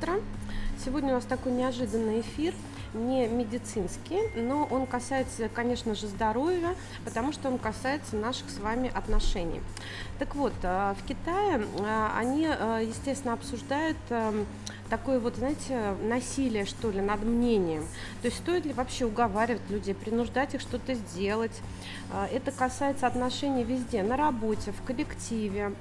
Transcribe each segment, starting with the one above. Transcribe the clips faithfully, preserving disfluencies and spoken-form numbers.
утро! Сегодня у нас такой неожиданный эфир, не медицинский, но он касается, конечно же, здоровья, потому что он касается наших с вами отношений. Так вот, в Китае они, естественно, обсуждают такое вот, знаете, насилие, что ли, над мнением. То есть стоит ли вообще уговаривать людей, принуждать их что-то сделать. Это касается отношений везде, на работе, в коллективе,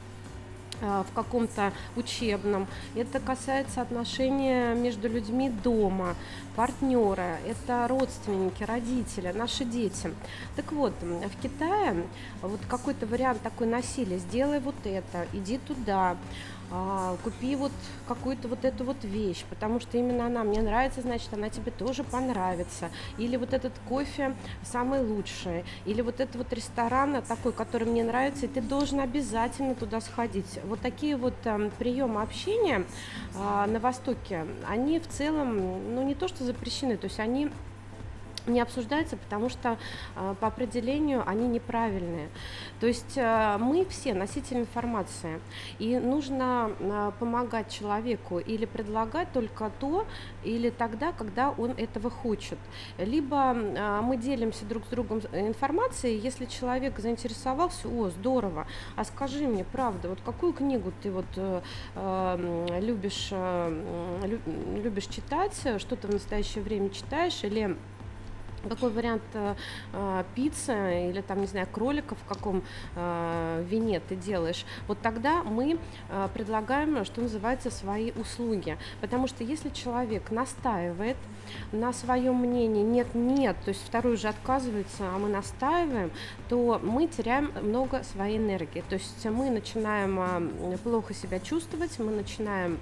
в каком-то учебном. Это касается отношений между людьми дома, партнера, это родственники, родители, наши дети. Так вот, в Китае вот какой-то вариант такой насилия: сделай вот это, иди туда, купи вот какую-то вот эту вот вещь, потому что именно она мне нравится, значит, она тебе тоже понравится. Или вот этот кофе самый лучший, или вот этот вот ресторан такой, который мне нравится, и ты должен обязательно туда сходить. Вот такие вот э, приемы общения э, на Востоке, они в целом, ну, не то что запрещены, то есть они не обсуждаются, потому что э, по определению они неправильные. То есть э, мы все носители информации, и нужно э, помогать человеку или предлагать только то, или тогда, когда он этого хочет. Либо э, мы делимся друг с другом информацией, если человек заинтересовался: о, здорово, а скажи мне, правда, вот какую книгу ты вот э, э, любишь, э, любишь читать, что ты в настоящее время читаешь, или какой вариант э, пиццы или там, не знаю, кролика в каком э, вине ты делаешь, вот тогда мы э, предлагаем, что называется, свои услуги. Потому что если человек настаивает на своем мнении, нет-нет, то есть второй уже отказывается, а мы настаиваем, то мы теряем много своей энергии. То есть мы начинаем э, плохо себя чувствовать, мы начинаем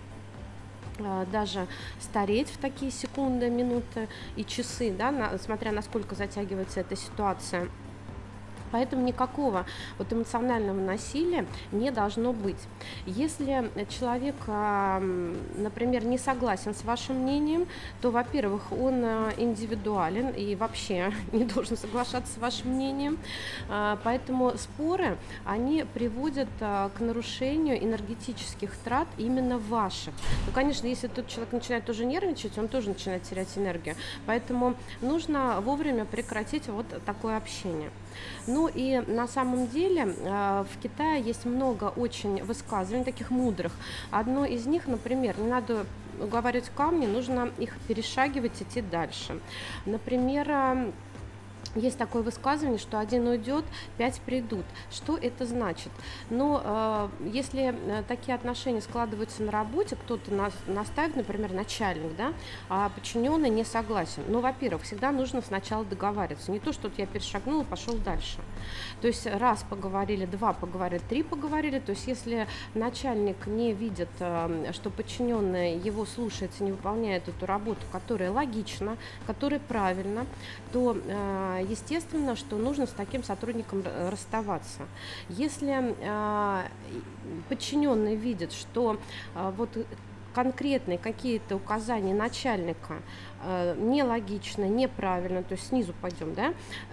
даже стареть в такие секунды, минуты и часы, да, на, смотря насколько затягивается эта ситуация. Поэтому никакого вот эмоционального насилия не должно быть. Если человек, например, не согласен с вашим мнением, то, во-первых, он индивидуален и вообще не должен соглашаться с вашим мнением. Поэтому споры, они приводят к нарушению энергетических трат именно ваших. Ну, конечно, если тот человек начинает тоже нервничать, он тоже начинает терять энергию. Поэтому нужно вовремя прекратить вот такое общение. Ну и на самом деле в Китае есть много очень высказываний таких мудрых. Одно из них, например, не надо уговаривать камни, нужно их перешагивать, идти дальше. Например, есть такое высказывание, что один уйдет, пять придут. Что это значит? Ну, э, если такие отношения складываются на работе, кто-то нас, наставит, например, начальник, да, а подчиненный не согласен. Ну, во-первых, всегда нужно сначала договариваться. Не то, что я перешагнул и пошел дальше. То есть раз поговорили, два поговорили, три поговорили. То есть если начальник не видит, э, что подчиненный его слушается, не выполняет эту работу, которая логична, которая правильна, то э, естественно, что нужно с таким сотрудником расставаться. Если э, подчиненный видит, что э, вот конкретные какие-то указания начальника э, нелогично, неправильно, то есть снизу пойдем, да,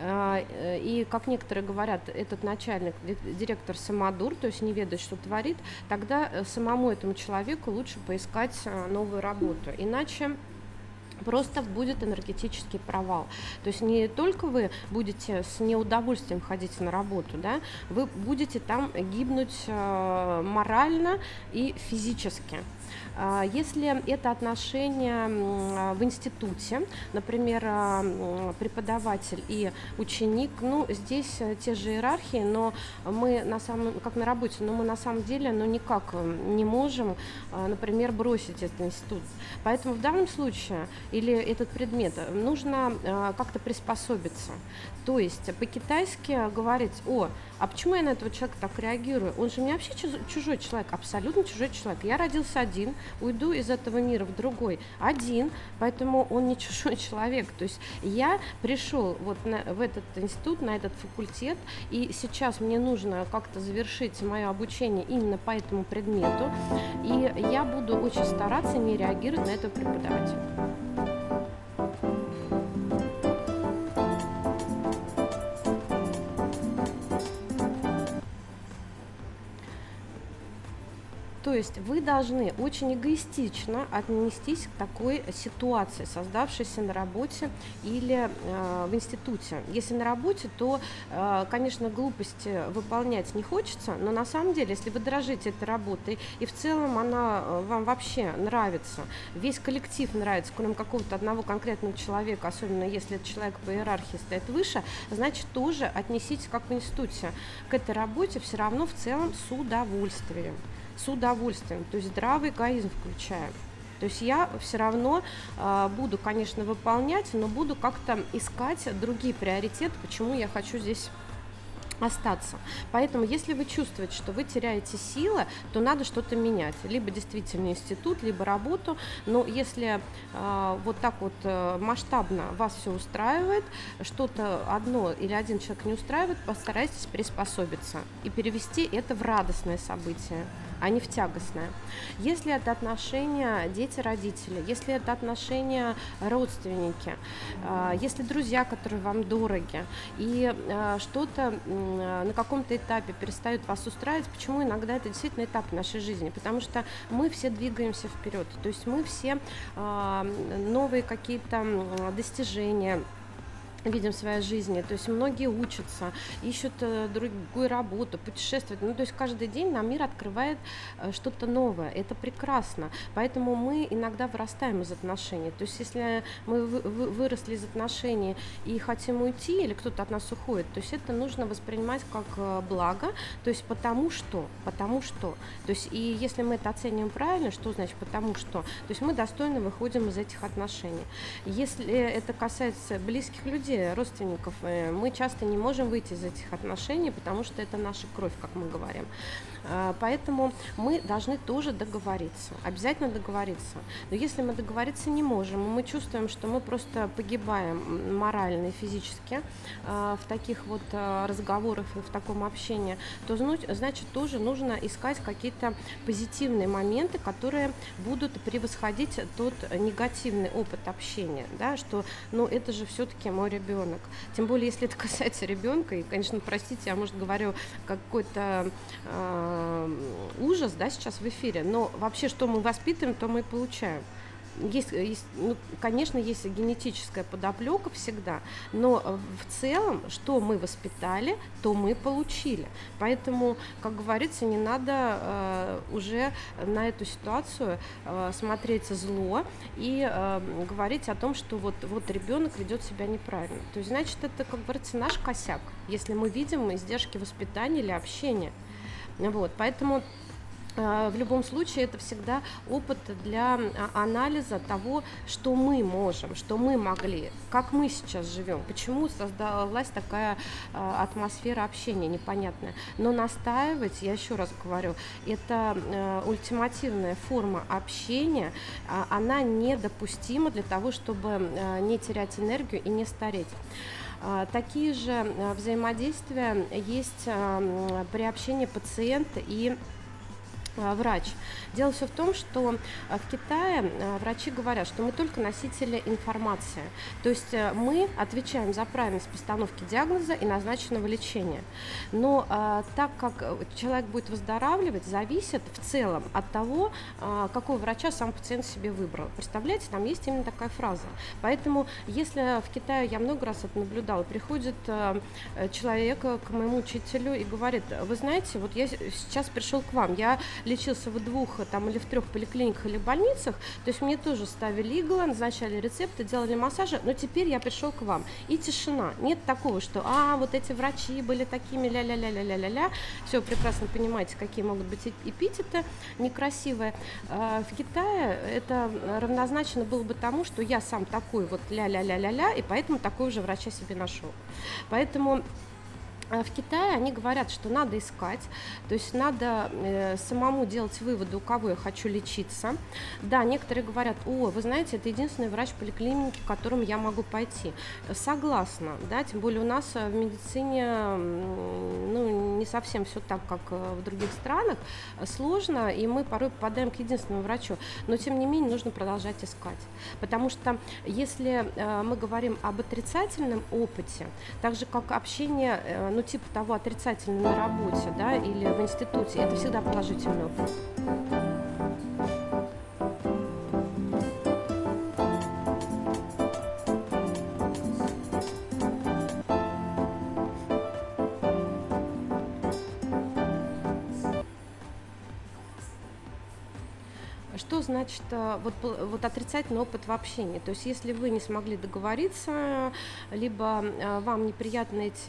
э, и, как некоторые говорят, этот начальник, директор самодур, то есть не ведает, что творит, тогда самому этому человеку лучше поискать новую работу, иначе просто будет энергетический провал. То есть не только вы будете с неудовольствием ходить на работу, да, вы будете там гибнуть э, морально и физически. Если это отношения в институте, например, преподаватель и ученик, ну, здесь те же иерархии, но мы на самом, как на работе, но мы на самом деле, ну, никак не можем, например, бросить этот институт. Поэтому в данном случае или этот предмет нужно как-то приспособиться. То есть по-китайски говорить: о, а почему я на этого человека так реагирую? Он же мне вообще чужой человек, абсолютно чужой человек. Я родился один, уйду из этого мира в другой один, поэтому он не чужой человек. То есть я пришел вот на, в этот институт, на этот факультет, и сейчас мне нужно как-то завершить мое обучение именно по этому предмету, и я буду очень стараться не реагировать на этого преподавателя. То есть вы должны очень эгоистично отнестись к такой ситуации, создавшейся на работе или э, в институте. Если на работе, то, э, конечно, глупости выполнять не хочется, но на самом деле, если вы дорожите этой работой и в целом она э, вам вообще нравится, весь коллектив нравится, кроме какого-то одного конкретного человека, особенно если этот человек по иерархии стоит выше, значит, тоже отнеситесь как в институте к этой работе все равно в целом с удовольствием. С удовольствием, то есть здравый эгоизм включаем. То есть я все равно э, буду, конечно, выполнять, но буду как-то искать другие приоритеты, почему я хочу здесь остаться. Поэтому, если вы чувствуете, что вы теряете силы, то надо что-то менять. Либо действительно институт, либо работу. Но если э, вот так вот э, масштабно вас все устраивает, что-то одно или один человек не устраивает, постарайтесь приспособиться и перевести это в радостное событие, а не в тягостное. Если это отношения дети-родители, если это отношения родственники, э, если друзья, которые вам дороги, и э, что-то на каком-то этапе перестают вас устраивать. Почему иногда это действительно этап нашей жизни? Потому что мы все двигаемся вперед, то есть мы все э, новые какие-то достижения видим в своей жизни, то есть многие учатся, ищут э, другую работу, путешествуют, ну, то есть каждый день нам мир открывает э, что-то новое, это прекрасно, поэтому мы иногда вырастаем из отношений, то есть если мы вы, вы, выросли из отношений и хотим уйти, или кто-то от нас уходит, то есть это нужно воспринимать как э, благо, то есть потому что, потому что, то есть и если мы это оцениваем правильно, что значит потому что, то есть мы достойно выходим из этих отношений. Если это касается близких людей, родственников, мы часто не можем выйти из этих отношений, потому что это наша кровь, как мы говорим. Поэтому мы должны тоже договориться, обязательно договориться. Но если мы договориться не можем, мы чувствуем, что мы просто погибаем морально и физически в таких вот разговорах и в таком общении, то значит тоже нужно искать какие-то позитивные моменты, которые будут превосходить тот негативный опыт общения, да, что, ну, это же все-таки мой ребенок. Тем более, если это касается ребенка, и, конечно, простите, я, может, говорю какой-то э, ужас, да, сейчас в эфире, но вообще, что мы воспитываем, то мы и получаем. Есть, есть, ну, конечно, есть генетическая подоплека всегда, но в целом, что мы воспитали, то мы получили. Поэтому, как говорится, не надо э, уже на эту ситуацию э, смотреть зло и э, говорить о том, что вот, вот ребенок ведет себя неправильно. То есть, значит, это, как говорится, наш косяк, если мы видим издержки воспитания или общения. Вот, поэтому в любом случае это всегда опыт для анализа того, что мы можем, что мы могли, как мы сейчас живем, почему создалась такая атмосфера общения непонятная. Но настаивать, я еще раз говорю, это ультимативная форма общения, она недопустима для того, чтобы не терять энергию и не стареть. Такие же взаимодействия есть при общении пациента и врач. Дело все в том, что в Китае врачи говорят, что мы только носители информации. То есть мы отвечаем за правильность постановки диагноза и назначенного лечения. Но а, так как человек будет выздоравливать, зависит в целом от того, а, какого врача сам пациент себе выбрал. Представляете, там есть именно такая фраза. Поэтому, если в Китае, я много раз это наблюдала, приходит а, человек к моему учителю и говорит: вы знаете, вот я сейчас пришел к вам, я лечился в двух там, или в трех поликлиниках или больницах, то есть мне тоже ставили иглы, назначали рецепты, делали массажи, но теперь я пришел к вам. И тишина. Нет такого, что а, вот эти врачи были такими ля-ля-ля-ля-ля-ля-ля. Все, прекрасно понимаете, какие могут быть эпитеты некрасивые. В Китае это равнозначно было бы тому, что я сам такой вот ля-ля-ля-ля-ля, и поэтому такой же врача себе нашел. Поэтому в Китае они говорят, что надо искать, то есть надо э, самому делать выводы, у кого я хочу лечиться. Да, некоторые говорят: о, вы знаете, это единственный врач в поликлинике, к которому я могу пойти. Согласна, да, тем более у нас в медицине, ну, не не совсем все так, как э, в других странах, э, сложно, и мы порой попадаем к единственному врачу. Но, тем не менее, нужно продолжать искать. Потому что если э, мы говорим об отрицательном опыте, так же, как общение, э, ну, типа того, отрицательное на работе, да, или в институте, это всегда положительный опыт. Что значит э, вот, пл- вот отрицательный опыт в общении? То есть если вы не смогли договориться, либо э, вам неприятны эти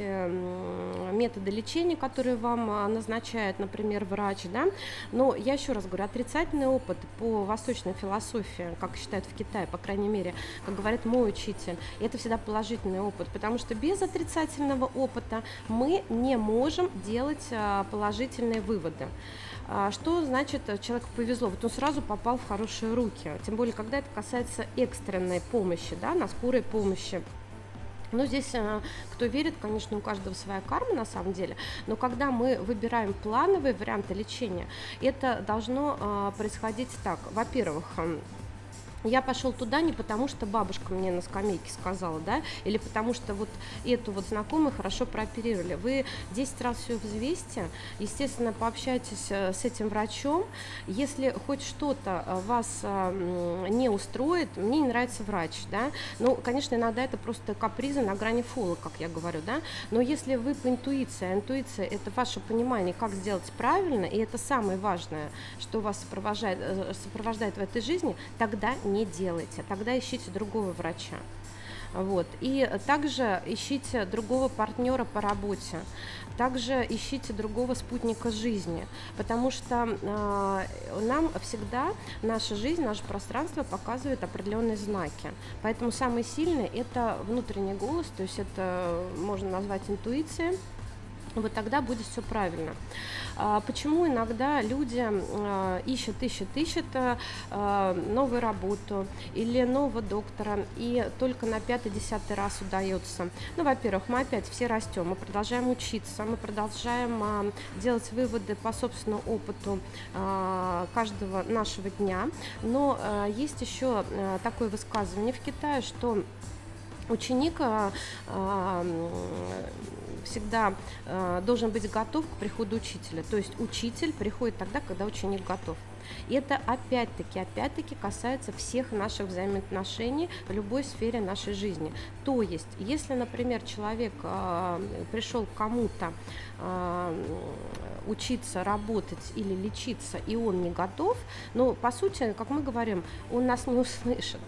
м, методы лечения, которые вам а, назначает, например, врач, да, но я еще раз говорю, отрицательный опыт по восточной философии, как считают в Китае, по крайней мере, как говорит мой учитель, это всегда положительный опыт, потому что без отрицательного опыта мы не можем делать а, положительные выводы. А, Что значит, э, человеку повезло? Вот он сразу попал в хорошие руки. Тем более, когда это касается экстренной помощи, да, на скорой помощи. Но здесь, э, кто верит, конечно, у каждого своя карма на самом деле. Но когда мы выбираем плановые варианты лечения, это должно э, происходить так. Во-первых, эм, я пошел туда не потому, что бабушка мне на скамейке сказала, да, или потому что вот эту вот знакомую хорошо прооперировали. Вы десять раз все взвесьте, естественно, пообщайтесь э, с этим врачом. Если хоть что-то э, вас э, м, не устроит, мне не нравится врач, да, ну, конечно, иногда это просто капризы на грани фола, как я говорю, да, но если вы по интуиции, а интуиция — это ваше понимание, как сделать правильно, и это самое важное, что вас сопровождает, э, сопровождает в этой жизни, тогда не делайте, тогда ищите другого врача. Вот. И также ищите другого партнера по работе, также ищите другого спутника жизни, потому что э, нам всегда наша жизнь, наше пространство показывает определенные знаки. Поэтому самый сильный — это внутренний голос, то есть это можно назвать интуицией. Вот тогда будет все правильно. А, Почему иногда люди а, ищут, ищут, ищут а, новую работу или нового доктора, и только на пятый-десятый раз удается? Ну, во-первых, мы опять все растем, мы продолжаем учиться, мы продолжаем а, делать выводы по собственному опыту а, каждого нашего дня. Но а, есть еще а, такое высказывание в Китае, что ученик а, а, м, всегда а, должен быть готов к приходу учителя. То есть учитель приходит тогда, когда ученик готов. И это опять-таки, опять-таки касается всех наших взаимоотношений в любой сфере нашей жизни. То есть, если, например, человек а, пришел к кому-то а, учиться, работать или лечиться, и он не готов, но, по сути, как мы говорим, он нас не услышит.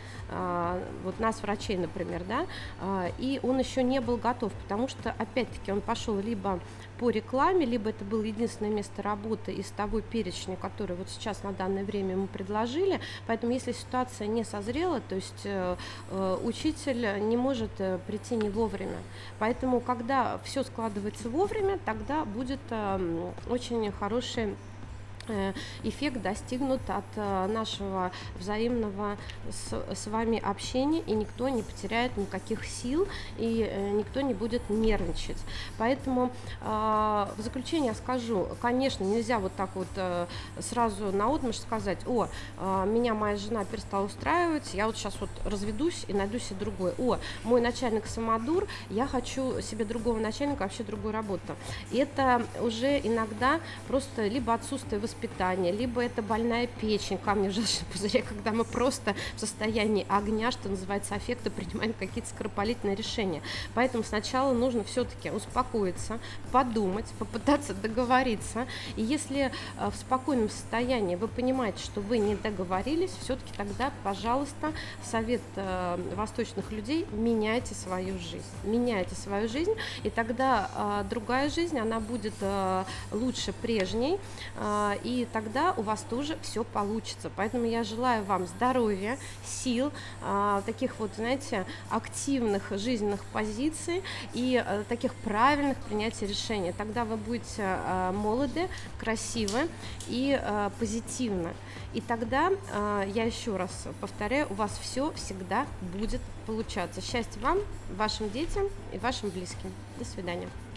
А, вот нас, врачей, например, да, а, и он еще не был готов, потому что, опять-таки, он пошел либо по рекламе, либо это было единственное место работы из того перечня, который вот сейчас на данное время ему предложили. Поэтому, если ситуация не созрела, то есть э, э, учитель не может э, прийти не вовремя. Поэтому, когда все складывается вовремя, тогда будет э, очень хороший э, эффект достигнут от э, нашего взаимного с, с вами общения, и никто не потеряет никаких сил, и э, никто не будет нервничать. Поэтому э, в заключение я скажу, конечно, нельзя вот так вот э, сразу наотмашь сказать: о, э, меня моя жена перестала устраивать, я вот сейчас вот разведусь и найду себе другой. О, мой начальник самодур, я хочу себе другого начальника, вообще другую работу. И это уже иногда просто либо отсутствие воспитания, либо это больная печень, камни в желчном пузыре, когда мы просто в состоянии огня, что называется, аффекта, принимаем какие-то скоропалительные решения. Поэтому сначала нужно все-таки успокоиться, подумать, попытаться договориться. И если э, в спокойном состоянии вы понимаете, что вы не договорились, все-таки тогда, пожалуйста, совет э, восточных людей: меняйте свою жизнь. Меняйте свою жизнь, и тогда э, другая жизнь, она будет э, лучше прежней, э, и тогда у вас тоже все получится. Поэтому я желаю вам здоровья, сил, э, таких вот, знаете, активных жизненных позиций и э, таких правильных принятий решений. Тогда вы будете э, молоды, красивы и э, позитивны. И тогда, э, я еще раз повторяю, у вас все всегда будет получаться. Счастья вам, вашим детям и вашим близким. До свидания.